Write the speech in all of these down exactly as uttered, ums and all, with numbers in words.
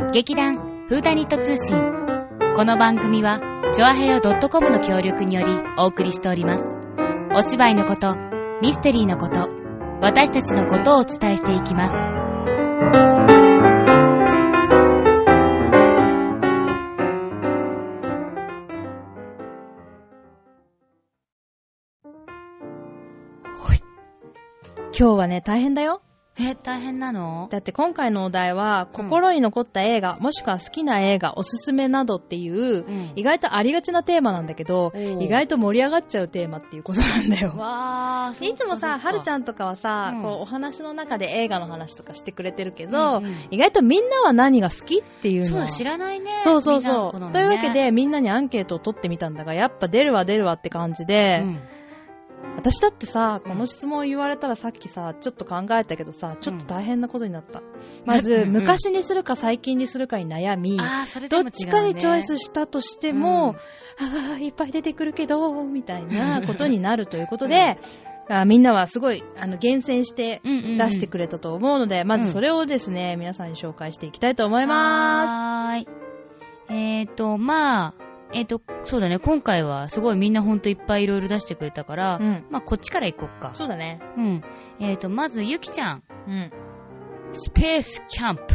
劇団フーダニット通信。この番組はチョアヘヨ .com の協力によりお送りしております。お芝居のこと、ミステリーのこと、私たちのことをお伝えしていきます。 今日はね、大変だよ。 え、大変なの？ だって今回のお題は、心に残った映画、うん、もしくは好きな映画、おすすめなどっていう、うん、意外とありがちなテーマなんだけど、意外と盛り上がっちゃうテーマっていうことなんだよ。 わー、 いつもさ、はるちゃんとかはさ、うん、こうお話の中で映画の話とかしてくれてるけど、うんうん、意外とみんなは何が好きっていうのはそう知らないね。 そうそうそう。ね、というわけでみんなにアンケートを取ってみたんだが、やっぱ出るわ出るわって感じで、うん私だってさ、この質問を言われたらさっきさ、ちょっと考えたけどさ、ちょっと大変なことになった。うん、まず、昔にするか最近にするかに悩み、あそれでも違うね、どっちかにチョイスしたとしても、うん、ああ、いっぱい出てくるけど、みたいなことになるということで、うん、あみんなはすごいあの厳選して出してくれたと思うので、うんうんうん、まずそれをですね、皆さんに紹介していきたいと思います。 はーい。えーと、まあ、えっ、ー、と、そうだね、今回はすごいみんなほんといっぱいいろいろ出してくれたから、うん、まあこっちから行こっか。 そうだね。 うん。えっ、ー、と、まずゆきちゃん。うん。スペースキャンプ。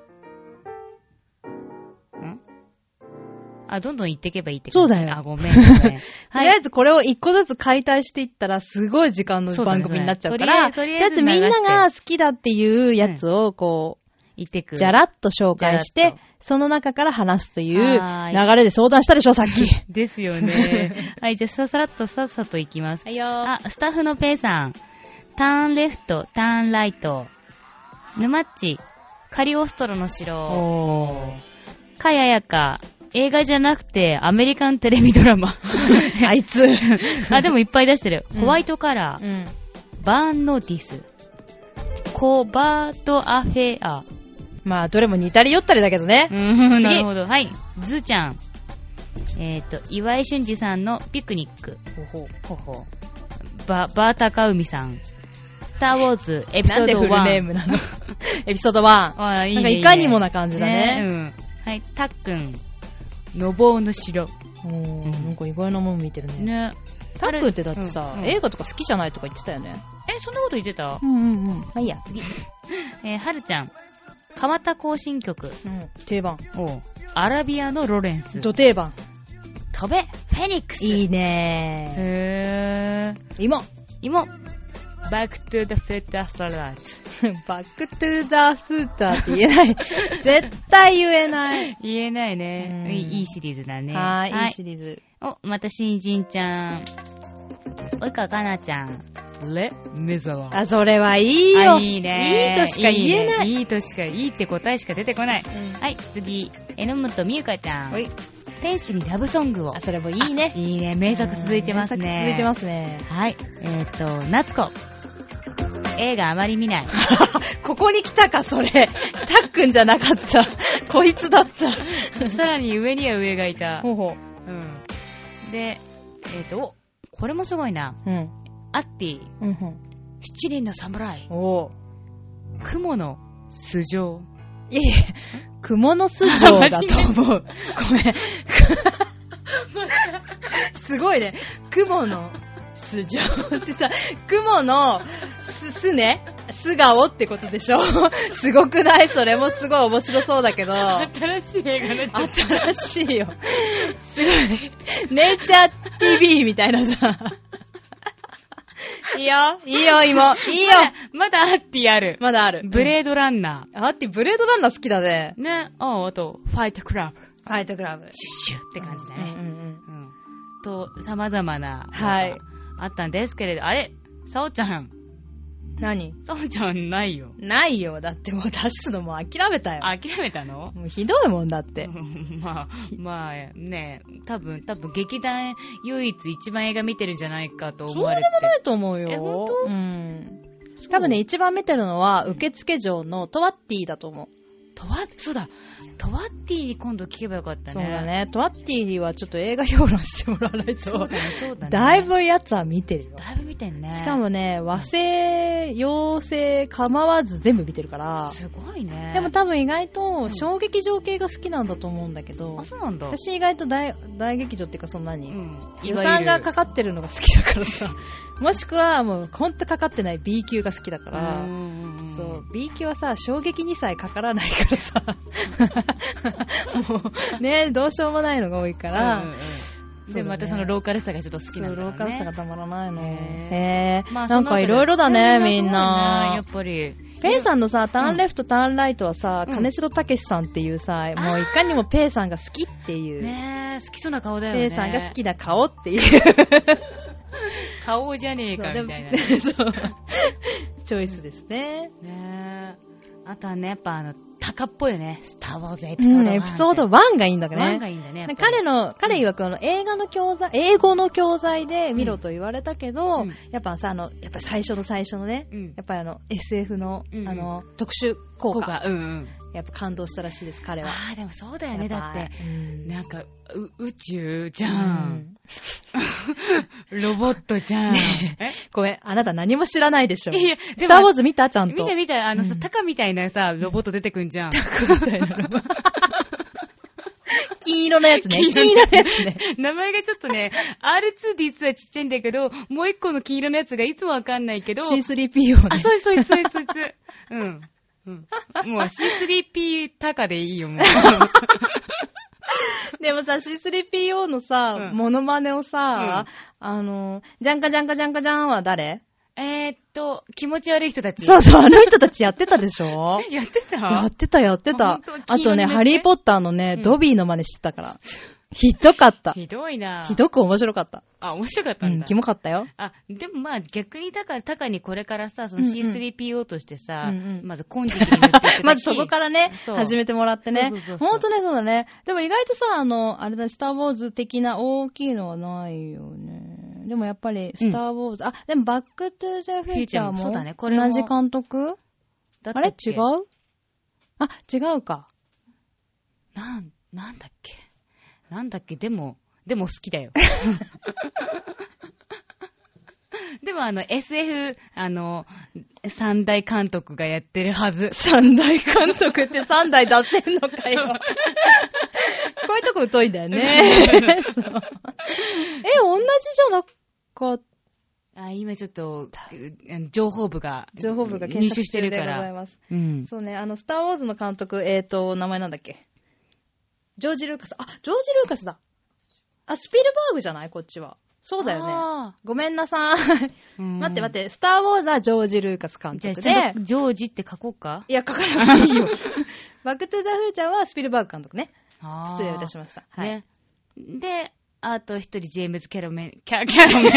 んあ、どんどん行ってけばいいって感じ。そうだよ。 あ、ごめんごめん。はい、 とりあえずこれを一個ずつ解体していったらすごい時間の番組になっちゃうから、とりあえずみんなが好きだっていうやつをこう、 言ってくじゃらっと紹介して、その中から話すという流れで相談したでしょ、さっき。 ですよね。はい、じゃあささらっとさっさといきます。 はいよー。 あ、スタッフのペイさん。ターンレフト、ターンライト。沼っち、カリオストロの城。かややか、映画じゃなくてアメリカンテレビドラマ。 あいつ。 あ、でもいっぱい出してる。ホワイトカラー。 うん、 バーンノーティス。コバートアフェア。 まあ、どれも似たり寄ったりだけどね。 うん、なるほど。はい。ズーちゃん。えっ、ー、と、岩井俊二さんのピクニック。 ほほほほ。 バ、バータカウミさん。スターウォーズエピソードワン。 なんでフルネームなのエピソードワン。 ああ、いいね。 なんかいかにもな感じだね。 ねうん。はい。たっくん。のぼうの城。 おー、なんか意外なもん見てるね。 ね。 たっくんってだってさ、うんうん、映画とか好きじゃないとか言ってたよね。 え、そんなこと言ってた？ うんうんうん。まあいいや、次。 えー、はるちゃん。蒲田行進曲、 うん、定番。 おアラビアのロレンス。 ド定番。 飛べ、フェニックス。 いいねー。 へー。 芋。 芋。バックトゥーザフェッタースタラーズ。 バックトゥーザスーターって言えない。絶対言えない。 言えないね。いい、いいシリーズだね。 はい、はい、いいシリーズ。 お、また新人ちゃん。おいかかなちゃん。レ・ミゼラ。 あ、それはいいよ。 いいね。 いいとしか言えない。 いいとしか、いいって答えしか出てこない。うん、はい、次。榎本美優香ちゃん。はい。天使にラブソングを。 あ、それもいいね。 いいね。名作続いてますね。 名作続いてますね。 はい。えー、っと、夏子。映画あまり見ない。 ここに来たか、それ。たっくんじゃなかった。こいつだった。 さらに上には上がいた。 ほうほう。 うん。で、えー、っと、お、これもすごいな。 うん。 アッティ。 うんうん。 七人の侍。 おー。雲の素性。 いえいえ、雲の素性だと思う。ごめん。すごいね。雲の素性ってさ、雲のす、すね素顔ってことでしょすごくない？それもすごい面白そうだけど。 新しい映画ね。 新しいよ。すごい。ネイチャー ティーブイ みたいなさ。いいよ、いいよ、芋。いいよ。 まだ、まだアッティある。 まだある。 ブレードランナー。うん、アッティ、ブレードランナー好きだね。 ね。あ、あと、ファイトクラブ。 ファイトクラブ。 シュッシュって感じだね。 うんうんうん。うん、 と、様々な。 はい。 あったんですけれど、あれさおちゃん。 何？ さおちゃんないよ。 ないよ。だってもう出すのもう諦めたよ。 諦めたの？ もうひどいもんだって。 まあ、まあ、ね、多分、多分劇団唯一一番映画見てるんじゃないかと思われて。 そうでもないと思うよ。 え、本当？ うん。多分ね、一番見てるのは、受付嬢のトワッティだと思う。 トトワそうだトワッティに今度聞けばよかったね。 そうだね。トワッティにはちょっと映画評論してもらわないと。 そうだね、そうだね。 だいぶやつは見てるよ。 だいぶ見てんね。 しかもね、和製、洋製構わず全部見てるから。 すごいね。 でも多分意外と小劇場系が好きなんだと思うんだけど。 うん、あ、そうなんだ。 私意外と 大, 大劇場っていうかそんなに、うん、予い算がかかってるのが好きだからさ。もしくはもうほんとかかってない B 級が好きだから。うん、そう、B 級はさ、衝撃にさえかからないからさ。もうね、どうしようもないのが多いから、うんうんうん、 で、ね、またそのローカルさがちょっと好きなんだろうね。 そう、ローカルさがたまらないの。へー、まあ、 なんかいろいろだね、みんな。 やっぱり。 ペイさんのさ、ターンレフト、ターンライトはさ、うん、金城武さんっていうさ、もういかにもペイさんが好きっていう。 ねー、好きそうな顔だよね。 ペイさんが好きな顔っていう。 顔じゃねえかみたいな、ね。 そう。チョイスですね。 ねー。あとはね、やっぱあの、タカっぽいよね。スターウォーズエピソードワン、うん。 エピソードワンがいいんだけどね。 ワンがいいんだね。 彼の、彼曰くあの、映画の教材、英語の教材で見ろと言われたけど、うん、やっぱさ、あの、やっぱ最初の最初のね、うん、やっぱりあの、エスエフ の、うんうん、あの、特殊効果。効果、うんうん。やっぱ感動したらしいです、彼は。 ああ、でもそうだよね。だって、うん、なんか、う宇宙じゃん。うん、ロボットじゃん。 えごめん、あなた何も知らないでしょ。いやいや、スターウォーズ見たちゃんと。 見た見た、あのさ、うん、タカみたいなさ、ロボット出てくんじゃん。 タカみたいなロボット。金色のやつね。金色のやつね。 名前がちょっとね、アールツーディーツー はちっちゃいんだけど、もう一個の金色のやつがいつもわかんないけど。 シースリーピーオー ね。 あ、そうです、そうです、そうです、そうです。うん。うん、もう シースリーピー タカでいいよ、もう。 でもさ、シースリーピーオー のさ、うん、モノマネをさ、うん、あの、ジャンカジャンカジャンカジャンは誰？ えーっと、気持ち悪い人たち。 そうそう、あの人たちやってたでしょやってたやってた、やってた。あとね、ハリーポッターのね、うん、ドビーの真似してたから。ひどかった。 ひどいな。 ひどく面白かった。 あ、面白かったんだ。うん、 キモかったよ。 あ、でもまあ逆にだから、タカにこれからさ、その シースリーピーオー としてさ、うんうん、まず金色に塗っていくまずそこからね、始めてもらってね。そうそうそうそうほんとね、そうだね。でも意外とさ、あの、あれだ、スターウォーズ的な大きいのはないよね。でもやっぱり、スターウォーズ、うん、あ、でもバックトゥーザフューチャーも、そうだね、これも同じ監督あれ違うあ、違うか。 なん、なんだっけなんだっけでも、でも好きだよ。でもあの エスエフ、あの、三大監督がやってるはず。 三大監督って三大出せんのかよ。こういうとこ疎いんだよね。そうえ、同じじゃなかった。 あ、今ちょっと、情報部が、 情報部が検索してるから。入手してるでございます。うん。そうね、あの、スターウォーズの監督、えーと、名前なんだっけジョージ・ルーカス。あ、ジョージ・ルーカスだ。あ、スピルバーグじゃないこっちは。そうだよね。ごめんなさい。待って待って、スター・ウォーズはジョージ・ルーカス監督で。 じゃあ、ジョージって書こうかいや、書かなくていいよ。バック・トゥ・ザ・フューチャーはスピルバーグ監督ね。失礼いたしました。はい。ね、 で、あと一人、ジェームズ・キャロメン、キャ、キャロメン。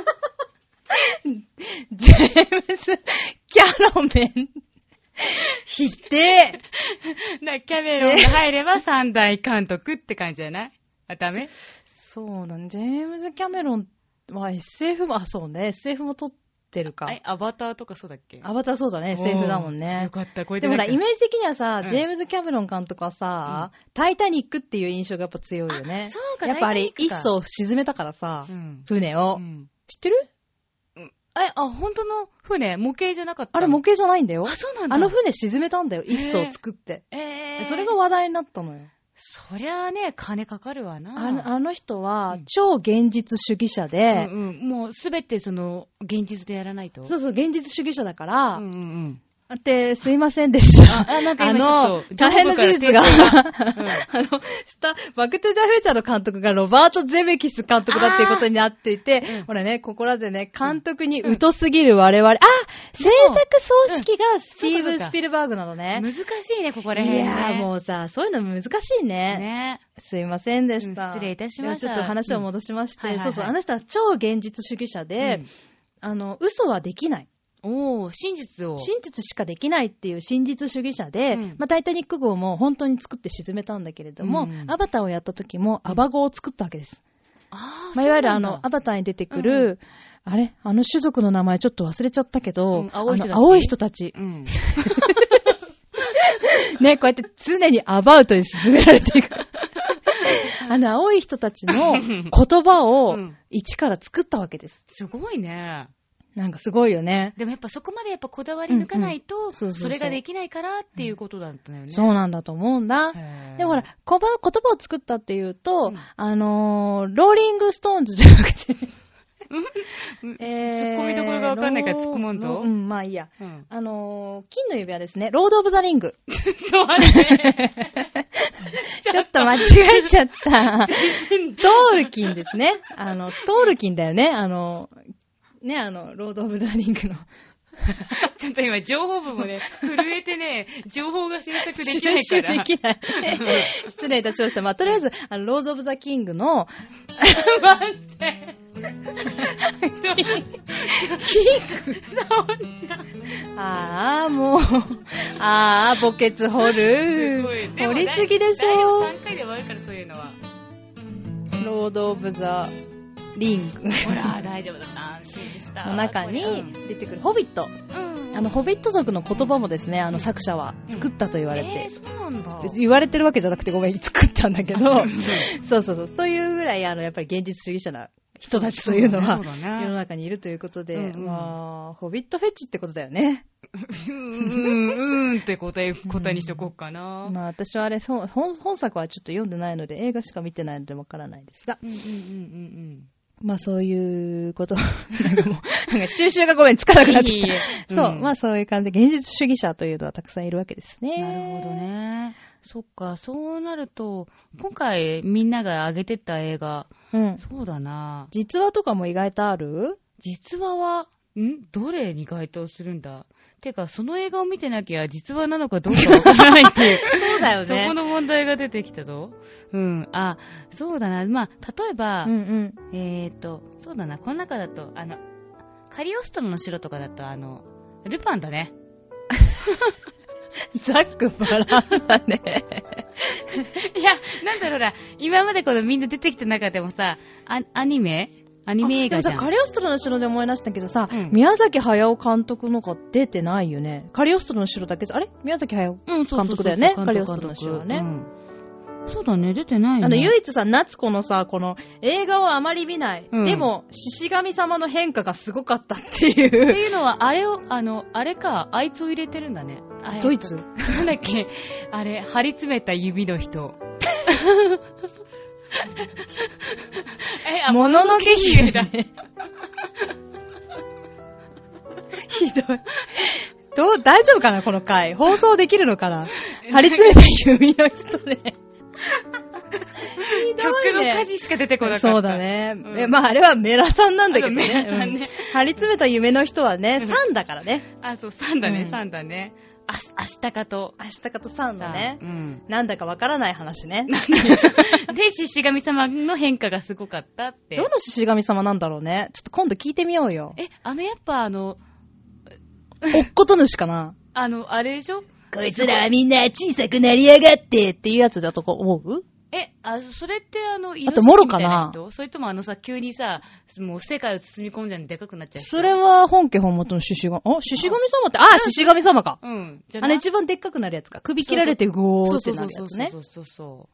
ジェームズ・キャロメン。ひってー。な、キャメロンが入れば三大監督って感じじゃないあ、ダメそうなん、ジェームズ・キャメロンは エスエフ も、あ、そうね、エスエフ も撮ってるか。 え、アバターとかそうだっけアバターそうだね、エスエフ だもんね。 よかった、これでもほら、イメージ的にはさ、うん、ジェームズ・キャメロン監督はさ、うん、タイタニックっていう印象がやっぱ強いよね。 そうか、 やっぱあれ、一層沈めたからさ、うん、船を、うん。知ってるえ、あ、本当の船模型じゃなかったあれ模型じゃないんだよ。 あ、そうなんだ。 あの船沈めたんだよ。一艘作って。えー、それが話題になったのよ。 そりゃあね、金かかるわな。 あの、あの人は、超現実主義者で、 うんうん、もうすべてその、現実でやらないと。 そうそう、現実主義者だから、うんうんうんって、すいませんでした。 あ、なんか今ちょっと、 大変な事実が、うん、あの、スタ、バックトゥーザフューチャーの監督がロバート・ゼメキス監督だっていうことになっていて、うん、ほらね、ここらでね、監督に疎すぎる我々、うん、あ制作総指揮がスティーブン・スピルバーグなのね。 難しいね、ここら辺、ね。 いやーもうさ、そういうの難しいね。ね。すいませんでした。 うん、失礼いたしました。 ちょっと話を戻しまして、うんはいはいはい、そうそう、あの人は超現実主義者で、うん、あの、嘘はできない。 おー、真実を。 真実しかできないっていう真実主義者で、うん、まあ、タイタニック号も本当に作って沈めたんだけれども、うん、アバターをやった時もアバ号を作ったわけです。うん、あまあ、いわゆるあの、アバターに出てくる、うん、あれあの種族の名前ちょっと忘れちゃったけど、うん、青い人たち。青い人たち。うんね、こうやって常にアバウトに進められていく。あの、青い人たちの言葉を一から作ったわけです。 すごいね。 なんかすごいよね。 でもやっぱそこまでやっぱこだわり抜かないと、それができないからっていうことだったよね。 そうなんだと思うんだ。でもほら、言葉を作ったっていうと、うん、あのー、ローリングストーンズじゃなくて、 えー、ツッコミどころがわかんないから突っ込もんぞ。 うん、まあいいや。うん、あのー、金の指輪ですね。ロード・オブ・ザ・リング。ちょっと間違えちゃった。トールキンですね。あの、トールキンだよね。あの、ね、あの、ロード・オブ・ザ・リングの。 ちょっと今、情報部もね、震えてね、情報が制作できないから。 できない。失礼いたしました。まあ、とりあえず、あの、ロード・オブ・ザ・キングの、 待って。キングああ、もう、ああ、墓穴掘る。掘りすぎでしょ。 さんかいで終わるから、そういうのは。 ロード・オブ・ザ・リング。 ほら、大丈夫だった。安心した。 の中に出てくるホビット。うん、あの、ホビット族の言葉もですね、あの作者は作ったと言われて。うん、えー、そうなんだ。言われてるわけじゃなくてごめん、作ったんだけど。そうそうそう。そういうぐらい、あの、やっぱり現実主義者な人たちというのは、ねね、世の中にいるということで、うんうん、まあ、ホビットフェチってことだよね。 うーん、うーんって答え、答えにしとこうかな。 うん、まあ私はあれ本、本作はちょっと読んでないので、映画しか見てないのでわからないですが。うんうんうんうんうんまあそういうこと、なんかもう、なんか収集がごめんつかなくなってきた。いいそう、うん、まあそういう感じで現実主義者というのはたくさんいるわけですね。 なるほどね。そっか、そうなると、今回みんなが挙げてた映画、うん、そうだな。 実話とかも意外とある？ 実話は、んどれに該当するんだ？てか、その映画を見てなきゃ実話なのかどうかわからないっていう。 そうだよね。 そこの問題が出てきたぞ。うん。あ、そうだな。まあ、例えば、うんうん、えーと、そうだな。この中だと、あの、カリオストロの城とかだと、あの、ルパンだね。 ざっくばらんだね。 いや、なんだろうな。今までこのみんな出てきた中でもさ、ア, アニメアニメ映画じゃん。 でもさ、カリオストロの城で思い出したけどさ、うん、宮崎駿監督のが出てないよね。カリオストロの城だけあれ宮崎駿監督だよね。カリオストロの城はね、うん。 そうだね、出てないよね。 あの、唯一さ、夏子のさ、この映画をあまり見ない。うん、でも、獅子神様の変化がすごかったっていう。っていうのは、あれを、あの、あれか、あいつを入れてるんだね。 ドイツなんだっけ、あれ、張り詰めた指の人。 え、あ、もののけ姫だね。ひどい。どう、大丈夫かなこの回。放送できるのかな張り詰めた指の人ね。ひどいね。曲の歌詞しか出てこなかった。 そうだね。うん、え、まああれはメラさんなんだけどね。メラさんね。うん、張り詰めた夢の人はね、さんだからね。 あ、そう、さんだね、うん、さんだね。あし、あしたかと。 あしたかとさんのね。うん。なんだかわからない話ね。 で、獅子神様の変化がすごかったって。 どの獅子神様なんだろうね。ちょっと今度聞いてみようよ。 え、あのやっぱあの、 おっこと主かなあの、あれでしょこいつらはみんな小さくなりやがってっていうやつだと思うえ、あ、それってあの、イノシシみたいな人？それともあのさ、急にさ、もう世界を包み込んじゃうのでかくなっちゃう人？ それは本家本元の獅子神、あ、獅子神様って、あ、獅子神様か。 うん。 じゃあ、あの一番でっかくなるやつか。首切られてゴーってなるやつね。 そうそうそうそう。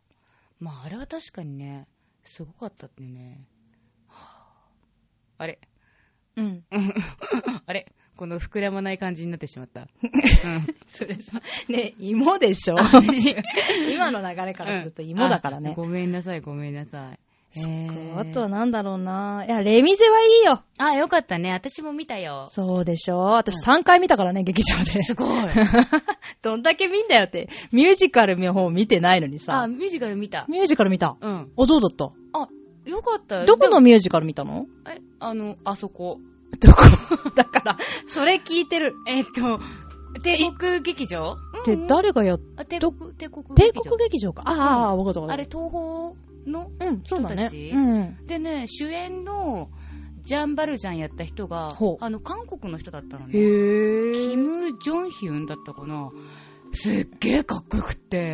まあ、あれは確かにね、すごかったってね。はあ、あれうん。あれこの膨らまない感じになってしまった。うん。 それさ、ね、芋でしょ今の流れからすると芋だからね。 ごめんなさい、ごめんなさい。 えー、あとはなんだろうな。いや、レミゼはいいよ。 あ、よかったね。私も見たよ。 そうでしょ。私さんかい見たからね、劇場で。 すごい。 どんだけ見んだよって。ミュージカルの方見てないのにさ。 あ、ミュージカル見た。 ミュージカル見た。うん。お、どうだった？ あ、よかったよ。 どこのミュージカル見たの？ え、あの、あそこ。 どこだから、それ聞いてる。 えっと、帝国劇場で、誰がやっ、 あ、帝国、帝国劇場。帝国劇場か。ああ、わかったわかった。 あれ、東宝のうん、そうだね。 うん。でね、主演のジャン・バルジャンやった人が、あの、韓国の人だったのね。へー。キム・ジョンヒュンだったかな。すっげーかっこよくって、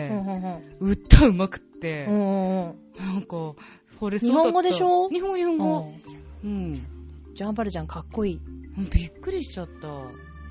うんうんうん、歌うまくって、うんうん、なんか、惚れそうだった。日本語でしょ？ 日本語、日本語。うん。 ジャンバルジャンかっこいい。 びっくりしちゃった。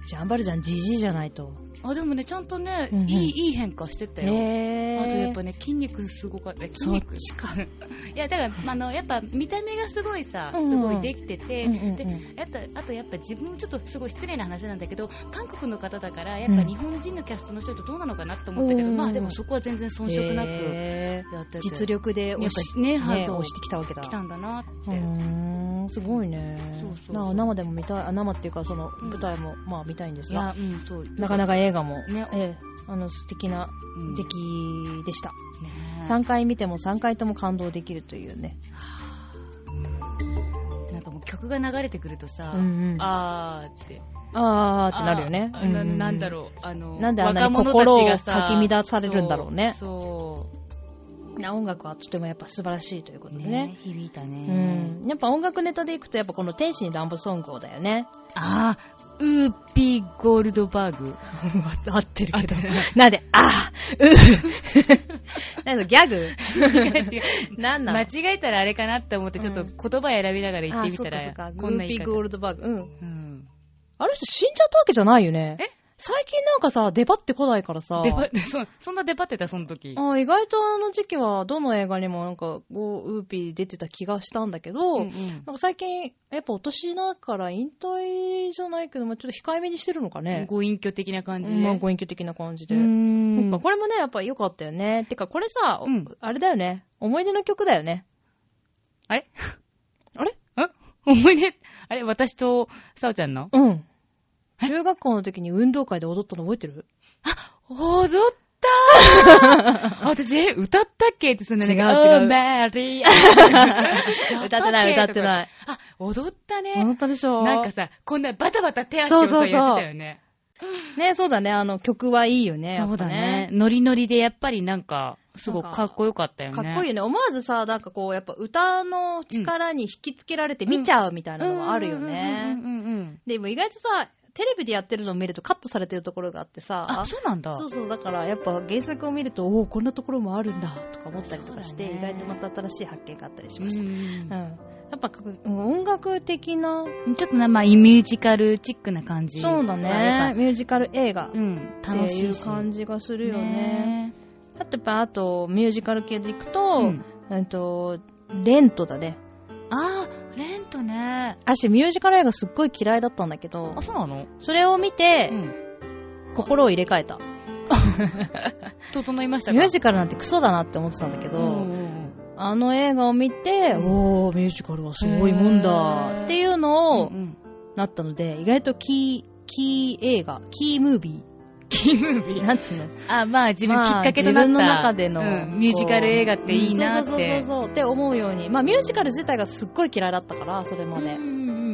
ジャンバルジャンジジイじゃないと。 あ、でもね、ちゃんとね、 うんうん、 いい、いい変化してたよ。 へー。 あとやっぱね、筋肉すごかった。筋肉。 そっちか。 いや、だから、あの、やっぱ見た目がすごいさ、 うんうん、 すごいできてて、 うんうんうん、 で、あと、あとやっぱ自分ちょっとすごい失礼な話なんだけど、韓国の方だから、やっぱ日本人のキャストの人とどうなのかなと思ったけど、うん、まあでもそこは全然遜色なくやってて。 実力で押し、ね、ね、押してきたわけだ。 来たんだなって。 うーん、すごいね。そうそうそう、生でも見たい、あ、生っていうかその舞台も、うん、まあ見たいんですが、いや、うん、そう、なかなか映画も、ね、ええ、あの素敵な出来でした、うんね、さんかい見てもさんかいとも感動できるというね。 なんかもう曲が流れてくるとさ、うんうん、あーってあーってなるよね。 うん、な, なんだろう、あの、 なんであんなに心をかき乱されるんだろうね。そう音楽はとてもやっぱ素晴らしいということで ね, ね響いたね、 うん、やっぱ音楽ネタでいくとやっぱこの天使にラブソングをだよね。 あー、ウーピーゴールドバーグ合ってるけどなんであーうーなんかギャグ違うなんなん間違えたらあれかなって思ってちょっと言葉選びながら言ってみたら、うん、あこんな言い方ウーピーゴールドバーグ、うん、うん、あの人死んじゃったわけじゃないよね。え最近なんかさ、出張ってこないからさ。 出張って、そ、そんな出張ってた、その時。 あ、意外とあの時期は、どの映画にもなんか、ゴーウーピー出てた気がしたんだけど、うんうん、なんか最近、やっぱお年だから引退じゃないけど、まあ、ちょっと控えめにしてるのかね。 ご隠居的な感じで。 まあ、ご隠居的な感じで。うん。なんかこれもね、やっぱ良かったよね。てか、これさ、うん、あれだよね。思い出の曲だよね。 あれあれあ思い出、あれ私と、さおちゃんのうん。中学校の時に運動会で踊ったの覚えてる？ あ、踊ったー私、え、歌ったっけってそんなね。違う違う。 メリー歌ってない、歌ってない。 あ、踊ったね。 踊ったでしょ。 なんかさ、こんなバタバタ手足をさ、やってたよね。 ね、そうだね。あの曲はいいよね。 そうだね。ノリノリでやっぱりなんか、すごくかっこよかったよね。 かっこいいよね。思わずさ、なんかこう、やっぱ歌の力に引きつけられて見ちゃうみたいなのもあるよね。でも意外とさ、テレビでやってるのを見るとカットされてるところがあってさ。 あ、そうなんだ。 そうそう。だからやっぱ原作を見ると、おお、こんなところもあるんだとか思ったりとかして、ね、意外とまた新しい発見があったりしました。うん。うん、やっぱ音楽的な。 ちょっとな、まあ、ミュージカルチックな感じ。 そうだね。ミュージカル映画。うん。楽しい感じがするよね。ねあとやっぱ、あと、ミュージカル系でいくと、うん、えっと、レントだね。 あー。レントね。 私ミュージカル映画すっごい嫌いだったんだけど。 あ、そうなの？ それを見て、うん、心を入れ替えた。 整いましたか？ ミュージカルなんてクソだなって思ってたんだけど、うんうん、あの映画を見て、うん、おー、ミュージカルはすごいもんだっていうのを、うんうん、なったので、意外とキー、キー映画、キームービー。 キームービーなんつうのあ、まあ自分きっかけとなった、 まあ、自分の中での、 うん、ミュージカル映画っていいなって、 そうそうそうそうって思うように、まあミュージカル自体がすっごい嫌いだったからそれまで、うんうん、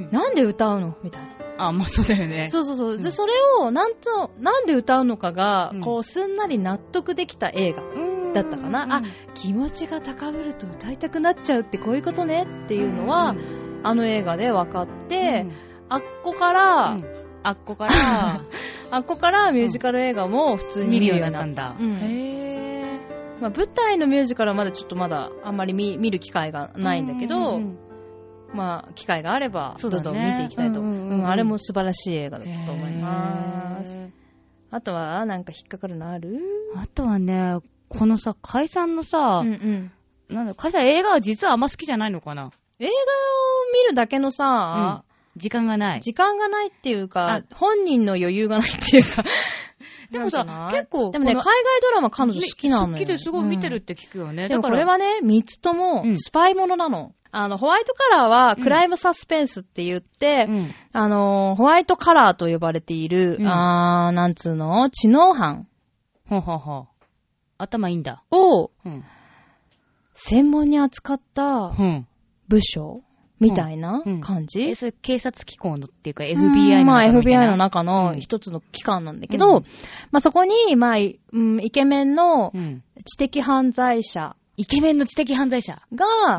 なんで歌うのみたいな。 あ、まあそうだよね。 そうそうそう、うん、でそれをなんとなんで歌うのかが、うん、こうすんなり納得できた映画だったかな、うんうん、あ、気持ちが高ぶると歌いたくなっちゃうってこういうことねっていうのは、うんうん、あの映画で分かって、うん、あっこから、うんあっこからあっこからミュージカル映画も普通に見るようになったんだ、 うん、へー、まあ、舞台のミュージカルはまだちょっとまだあんまり 見, 見る機会がないんだけど、うんうんうん、まあ機会があればどんどん見ていきたいと、うんうんうんうん、あれも素晴らしい映画だと思います。あとはなんか引っかかるのある？ あとはね、このさ解散のさ、うんうん、なんだ解散映画は実はあんま好きじゃないのかな。 映画を見るだけのさ、うん時間がない。 時間がないっていうか、本人の余裕がないっていうか。 でもさ、結構。 でもね、海外ドラマ彼女好きなのよ。 好きですごい見てるって聞くよね。 うん、でもこれはね、三つともスパイものなの。うん、あの、ホワイトカラーはクライムサスペンスって言って、うん、あの、ホワイトカラーと呼ばれている、うん、あー、なんつうの知能犯。 ほうほうほう。頭いいんだ。 を、うん、専門に扱った部署。うんみたいな感じ、うんうん、 それ警察機構のっていうか エフビーアイ の中の、まあ、 エフビーアイ の中の一つの機関なんだけど、うん、まあそこに、まあ、うん、イケメンの知的犯罪者、 イケメンの知的犯罪者が、うん、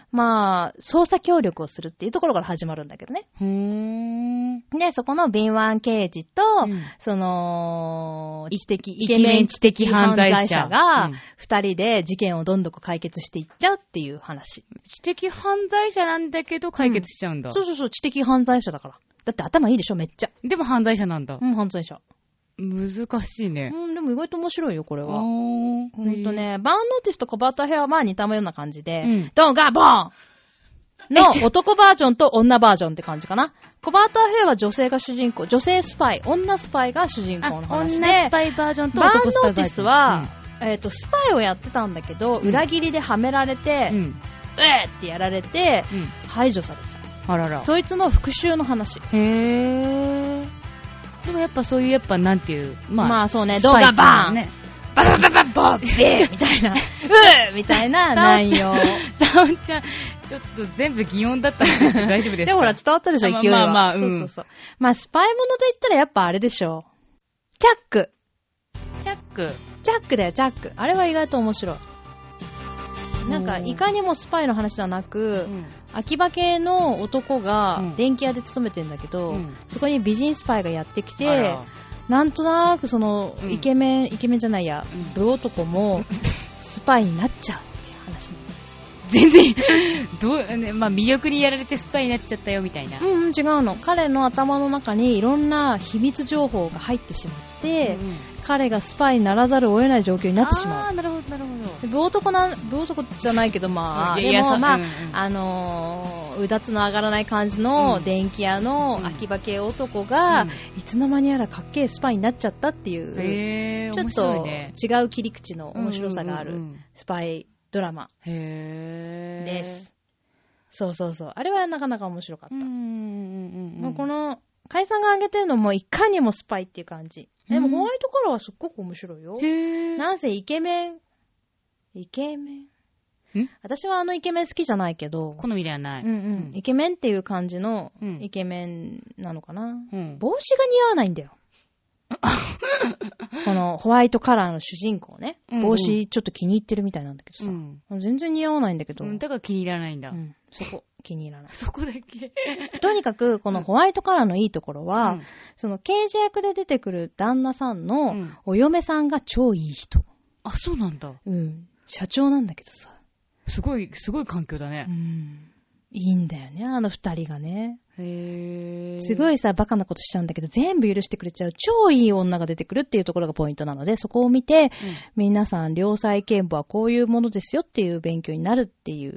まあ、捜査協力をするっていうところから始まるんだけどね。 うーん。 で、そこの敏腕刑事と、うん、その、知的、イケメン知的犯罪者が、二人で事件をどんどん解決していっちゃうっていう話。 知的犯罪者なんだけど解決しちゃうんだ。 うん、そうそうそう、知的犯罪者だから。だって頭いいでしょ、めっちゃ。 でも犯罪者なんだ。 うん、犯罪者。 難しいね。 うん、でも意外と面白いよ、これは。ほんとね、バーンノーティスとコバートヘアはまあ似たような感じで、うん、ドンガボーンの男バージョンと女バージョンって感じかな。コバートヘアは女性が主人公、女性スパイ、女スパイが主人公の話で、 女スパイバージョンと男スパイバージョン。 バーンノーティスは、うん、えっと、スパイをやってたんだけど、うん、裏切りではめられて、うん、えーってやられて、うん、排除されちゃう。 あらら。 そいつの復讐の話。 へー。でもやっぱそういう、やっぱなんていう、 まあ、まあそうね、動画バーン、ね、ババババババビーみたいな、うーみたいな内容。 サオンちゃん、ちょっと全部擬音だったんですけど大丈夫ですか？ でもほら伝わったでしょ、勢いは。 まあまあまあ、うん。 そうそうそう。まあスパイものと言ったらやっぱあれでしょ。チャック。 チャック。 チャックだよ、チャック。あれは意外と面白い。なんかいかにもスパイの話ではなく、うん、秋葉系の男が電気屋で勤めてるんだけど、うん、そこに美人スパイがやってきて、なんとなくそのイケメン、うん、イケメンじゃないや、うん、部男もスパイになっちゃうっていう話。 全然どう、ね、まあ魅力にやられてスパイになっちゃったよみたいな。 うん、違うの。彼の頭の中にいろんな秘密情報が入ってしまって、うん、彼がスパイにならざるを得ない状況になってしまう。 あー、なるほど、なるほど。 部男な、部男じゃないけど、まあ、でも、まあ、うんうん、あのー、うだつの上がらない感じの電気屋の秋葉系男が、うん、いつの間にやらかっけえスパイになっちゃったっていう、 へー、 ちょっと違う切り口の面白さがあるスパイドラマです。そうそうそう。あれはなかなか面白かった。うんうんうんうん、まあ、この、海さんが挙げてるのもいかにもスパイっていう感じ。でもホワイトカラーはすっごく面白いよ。へー。なんせイケメン。イケメンん私はあのイケメン好きじゃないけど。 好みではない。 うんうん。イケメンっていう感じのイケメンなのかな。うん、帽子が似合わないんだよ。このホワイトカラーの主人公ね。帽子ちょっと気に入ってるみたいなんだけどさ。うん、全然似合わないんだけど。 うん、だから気に入らないんだ。 うん、そこ。気に入らない。 そこだけ。 とにかく、このホワイトカラーのいいところは、うん、その刑事役で出てくる旦那さんのお嫁さんが超いい人。 あ、そうなんだ。 うん。社長なんだけどさ。 すごい、すごい環境だね。 うん。いいんだよね、あの二人がね。 へー。 すごいさ、バカなことしちゃうんだけど、全部許してくれちゃう超いい女が出てくるっていうところがポイントなので、そこを見て、うん、皆さん、良妻賢母はこういうものですよっていう勉強になるっていう。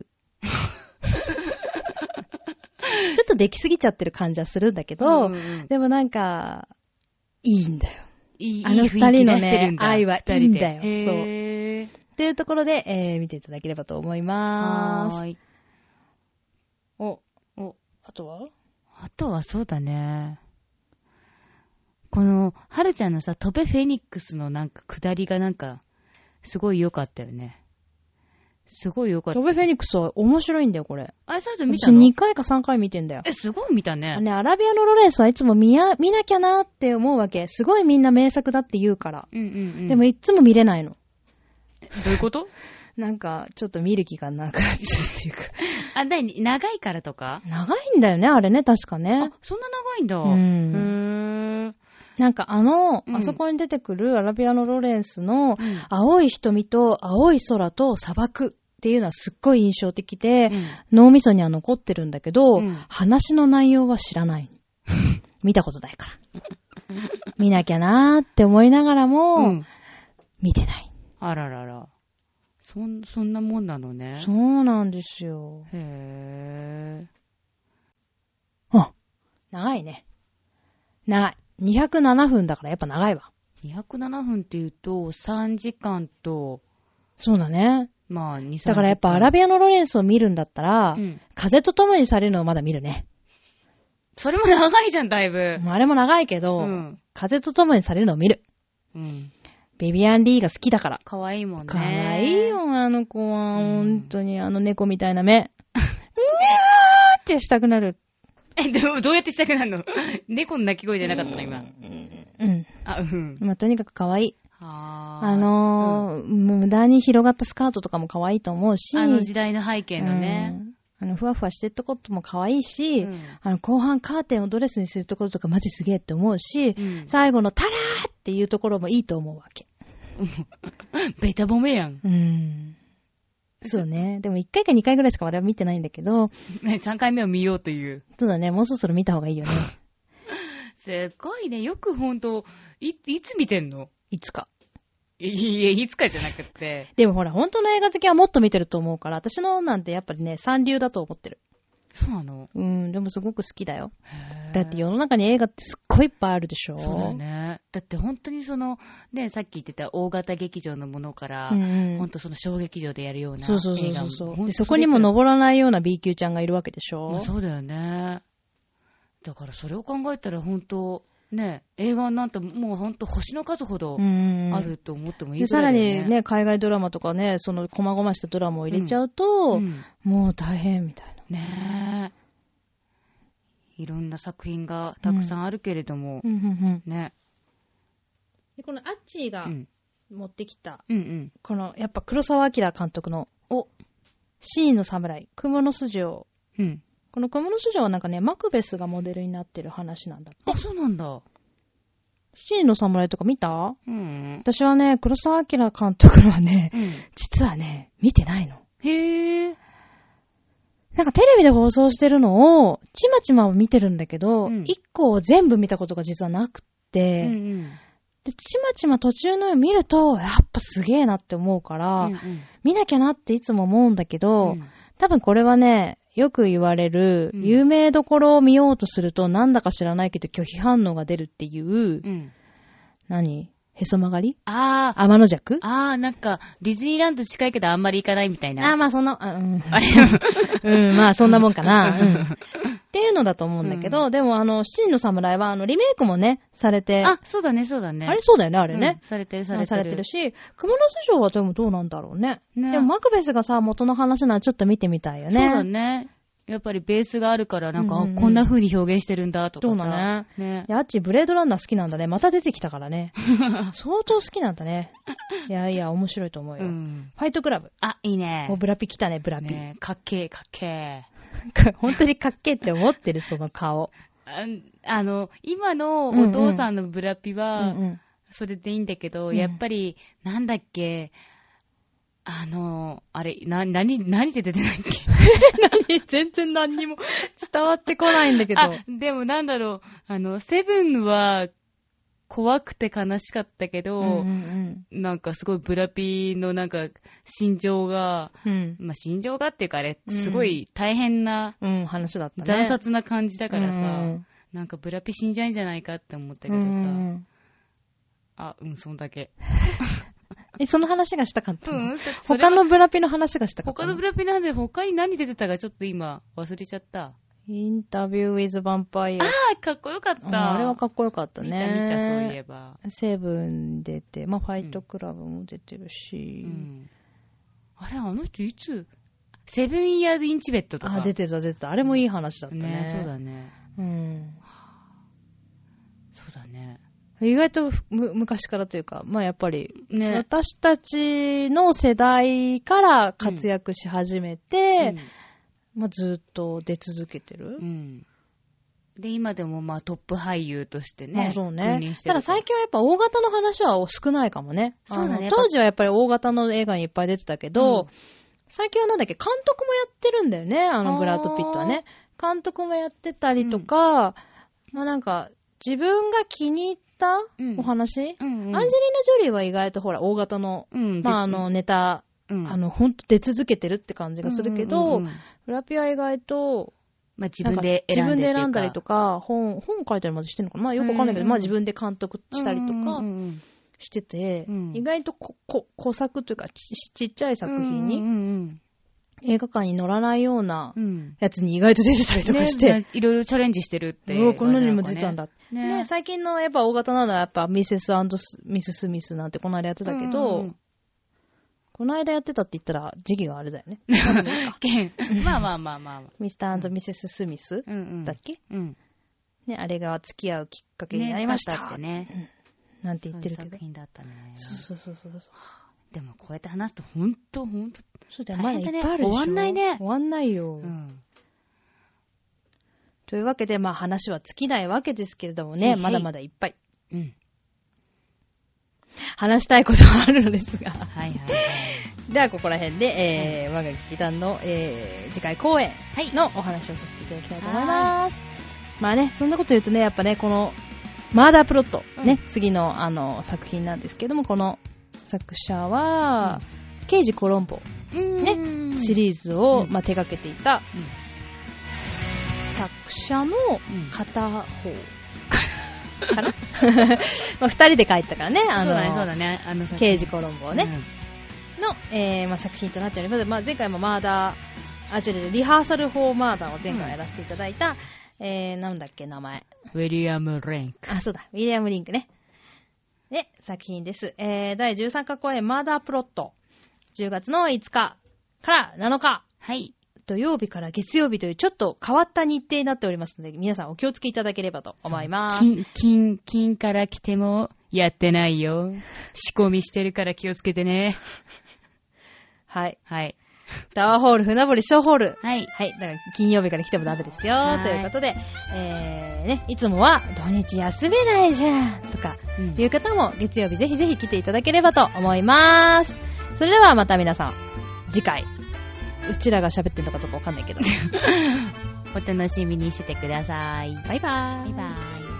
ちょっとできすぎちゃってる感じはするんだけど、うんうん、でもなんか、いいんだよ。 いい、 あの二人のね、愛はいいんだよ。 へー。 そう。というところで、えー、見ていただければと思いまーす。はーい。お、お、あとはあとはそうだね。この、はるちゃんのさ、飛べフェニックスのなんか下りがなんか、すごい良かったよね。すごい良かった。 飛べフェニックスは面白いんだよ、これ。 あれ、最初見たの？ 私にかいかさんかい見てんだよ。 え、すごい見たね。 ね、アラビアのロレンスはいつも見や、見なきゃなって思うわけ。すごいみんな名作だって言うから。 うんうんうん。 でもいつも見れないの。 どういうこと？ なんか、ちょっと見る気がなくなっちゃうっていうか。 あ、だい、長いからとか？ 長いんだよね、あれね、確かね。 あ、そんな長いんだ。 うん。へー。なんかあの、うん、あそこに出てくるアラビアのロレンスの、青い瞳と青い空と砂漠っていうのはすっごい印象的で、うん、脳みそには残ってるんだけど、うん、話の内容は知らない。見たことないから。見なきゃなーって思いながらも、うん、見てない。 あららら。そん、そんなもんなのね。 そうなんですよ。 へー。あ、長いね。長い。にひゃくななふんだからやっぱ長いわ。 にひゃくななふんって言うと、さんじかんと、 そうだね。 まあ、に、さんじかん。 だからやっぱアラビアのロレンスを見るんだったら、うん、風と共にされるのをまだ見るね。 それも長いじゃん、だいぶ。 あれも長いけど、うん、風と共にされるのを見る。うん。ビビアン・リーが好きだから。 かわいいもんね。 かわいいよ、あの子は。うん、本当にあの猫みたいな目。うにゃーってしたくなる。 え、どう、どうやってしたくなるの？猫の鳴き声じゃなかったの、今。 うん。 あ、うん。 まあ、とにかく可愛い。 ああのー、うん、無駄に広がったスカートとかも可愛いと思うし。 あの時代の背景のね。 あの、ふわふわしてるところも可愛いし、 うん、 あの、後半カーテンをドレスにするところとかマジすげえって思うし、 うん、 最後のタラーっていうところもいいと思うわけ。 ベタ褒めやん。 うん。そうね。でもいっかいかにかいぐらいしかまだ見てないんだけど、 さんかいめを見ようという。 そうだね。もうそろそろ見た方がいいよね。 すごいね。よくほんと、い、いつ見てんの？ いつか。 いいえ、いつかじゃなくて。 でもほら、本当の映画好きはもっと見てると思うから、私のなんてやっぱりね、三流だと思ってる。 そうなの？ うん、でもすごく好きだよ。だって世の中に映画ってすっごいいっぱいあるでしょ。 そうだよね。だって本当にその、ね、さっき言ってた大型劇場のものから、 うんうん、 本当その小劇場でやるような映画。 そうそうそうそう。で、そこにも登らないような B 級ちゃんがいるわけでしょ。 まあ、そうだよね。だからそれを考えたら本当、ね、映画なんてもう本当星の数ほどあると思ってもいいぐらいだよね。 でさらにね、海外ドラマとかね、その細々したドラマを入れちゃうと、うんうん、もう大変みたいな。 ねえ。いろんな作品がたくさんあるけれども、 うんうんうんうん、 ね。 でこのアッチーが持ってきた、 うんうん、 このやっぱ黒澤明監督のおシーンの侍、蜘蛛の巣城。 うん、 この蜘蛛の巣城はなんかね、マクベスがモデルになってる話なんだって。 あ、そうなんだ。 シーンの侍とか見た？ うん、 私はね、黒澤明監督のはね、 うん、 実はね、見てないの。 へー。 なんかテレビで放送してるのを、ちまちまを見てるんだけど、 うん、 一個を全部見たことが実はなくって、 うんうん、 で、ちまちま途中のを見ると、やっぱすげえなって思うから、うんうん、見なきゃなっていつも思うんだけど、うん、多分これはね、よく言われる、うん、有名どころを見ようとすると、なんだか知らないけど拒否反応が出るっていう、うん、何へそ曲がり？ ああ。 天の弱？ ああ、なんか、ディズニーランド近いけどあんまり行かないみたいな。 ああ、まあその、うん、うん、まあそんなもんかな。うん、っていうのだと思うんだけど、うん、でもあの、七人の侍はあの、リメイクもね、されて。 あ、そうだね、そうだね。 あれそうだよね、あれね。 うん、されてる、されてる。 されてるし、蜘蛛の巣城はでもどうなんだろうね。ね、でもマクベスがさ、元の話ならちょっと見てみたいよね。 そうだね。やっぱりベースがあるから、なんか、うんうん、こんな風に表現してるんだとかさ。 そうだね。 ね。 いや、あっちブレードランナー好きなんだね。また出てきたからね。相当好きなんだね。いやいや、面白いと思うよ。うん、ファイトクラブ。 あ、いいね。 こうブラピ来たね、ブラピ。 ね、かっけー、かっけー。本当にかっけーって思ってる、その顔。 あ, あの、今のお父さんのブラピは、うんうん、それでいいんだけど、うん、やっぱり、なんだっけ、あの、あれ、な、なに、何で出てないっけ何全然何にも伝わってこないんだけど。 あ、でもなんだろう、あの、セブンは怖くて悲しかったけど、うんうんうん、なんかすごいブラピのなんか心情が、うん、まあ心情がっていうかあれ、すごい大変な、 うんうん、話だったね。 残殺な感じだからさ、うんうん、なんかブラピ死んじゃうんじゃないかって思ったけどさ、うんうん、あ、うん、そんだけ。 え、その話がしたかったの？ うん、 他のブラピの話がしたかったの？ 他のブラピの話で他に何出てたかちょっと今忘れちゃった。 インタビューウィズヴァンパイア。 ああ、かっこよかった。 あ, あれはかっこよかったね。 見た見た、そういえば。 セブン出て、まあ、ファイトクラブも出てるし。うん、 あれ、あの人いつセブンイヤーズインチベットとか。 あ、出てた出てた。あれもいい話だったね。 ね、そうだね。 うん。 そうだね。 意外とむ昔からというか、まあやっぱり、ね、私たちの世代から活躍し始めて、うん、まあ、ずっと出続けてる。うん、 で、今でもまあトップ俳優としてね。 まあそうね。ただ最近はやっぱ大型の話は少ないかもね。そうだね。当時はやっぱり大型の映画にいっぱい出てたけど、うん、最近はなんだっけ、監督もやってるんだよね、あのブラッド・ピットはね。監督もやってたりとか、うん、まあなんか、自分が気に入ったお話、うんうんうん、アンジェリーナ・ジョリーは意外とほら大型の、うん、まああのネタ、うん、あのほんと出続けてるって感じがするけど、うんうんうん、フラピは意外と、 まあ、自分で選んで自分で選んだりとか、本、本書いたりまでしてるのかな、まあよくわかんないけど、うんうん、まあ自分で監督したりとかしてて、うんうん、意外とここ小作というか ち, ちっちゃい作品に、うんうんうん映画館に乗らないようなやつに意外と出てたりとかして。 ね、いろいろチャレンジしてるって、 ね。うこんなにも出てたんだ。ね、ね、最近のやっぱ大型なのはやっぱミセス&ミス・スミスなんてこの間やってたけど、うん、この間やってたって言ったら時期があれだよね。 まあまあまあまあ。 ミスター&ミセス・スミスだっけ、うんうん、ね、あれが付き合うきっかけになりました。 ね、ってね、 うん。なんて言ってるけど。 そういう作品だったね。 そうそうそうそう。 でもこうやって話すとほんとほんとそうだよ、まだいっぱいあるでしょ。 終わんないね。 終わんないよ。 うん。 というわけで、まあ話は尽きないわけですけれどもね、まだまだいっぱい。うん。話したいことはあるのですが。はいはいはい。では、ここら辺で、えー、我が劇団の、えー、次回公演のお話をさせていただきたいと思います。まあね、そんなこと言うとね、やっぱね、この、マーダープロット、ね、うん、次のあの作品なんですけども、この作者は、うん、刑事コロンボ、ね、シリーズを、うん、まあ、手掛けていた、うん、作者の片方、かなまあ二人で書いたからね、あの、そうだね、そうだね、あの刑事コロンボをね、うん、の、えーまあ、作品となっております。まあ、前回もマーダー、あ、違う、リハーサルフォーマーダーを前回やらせていただいた、うん、えー、なんだっけ、名前。 ウィリアム・リンク。 あ、そうだ、ウィリアム・リンクね。で、作品です。えー、だいじゅうさんか公演、マーダープロット。じゅうがつのいつかからなのか。はい。土曜日から月曜日というちょっと変わった日程になっておりますので、皆さんお気をつけいただければと思います。 金、金、金から来てもやってないよ。仕込みしてるから気をつけてね。 はい。はい。タワーホール、船堀小ホール。はい。はい。だから金曜日から来てもダメですよ。ということで、えー、ね、いつもは土日休めないじゃんとか、いう方も月曜日ぜひぜひ来ていただければと思います。それではまた皆さん、次回。うちらが喋ってんのかどうかわかんないけど。 お楽しみにしててください。 バイバーイ。 バイバーイ。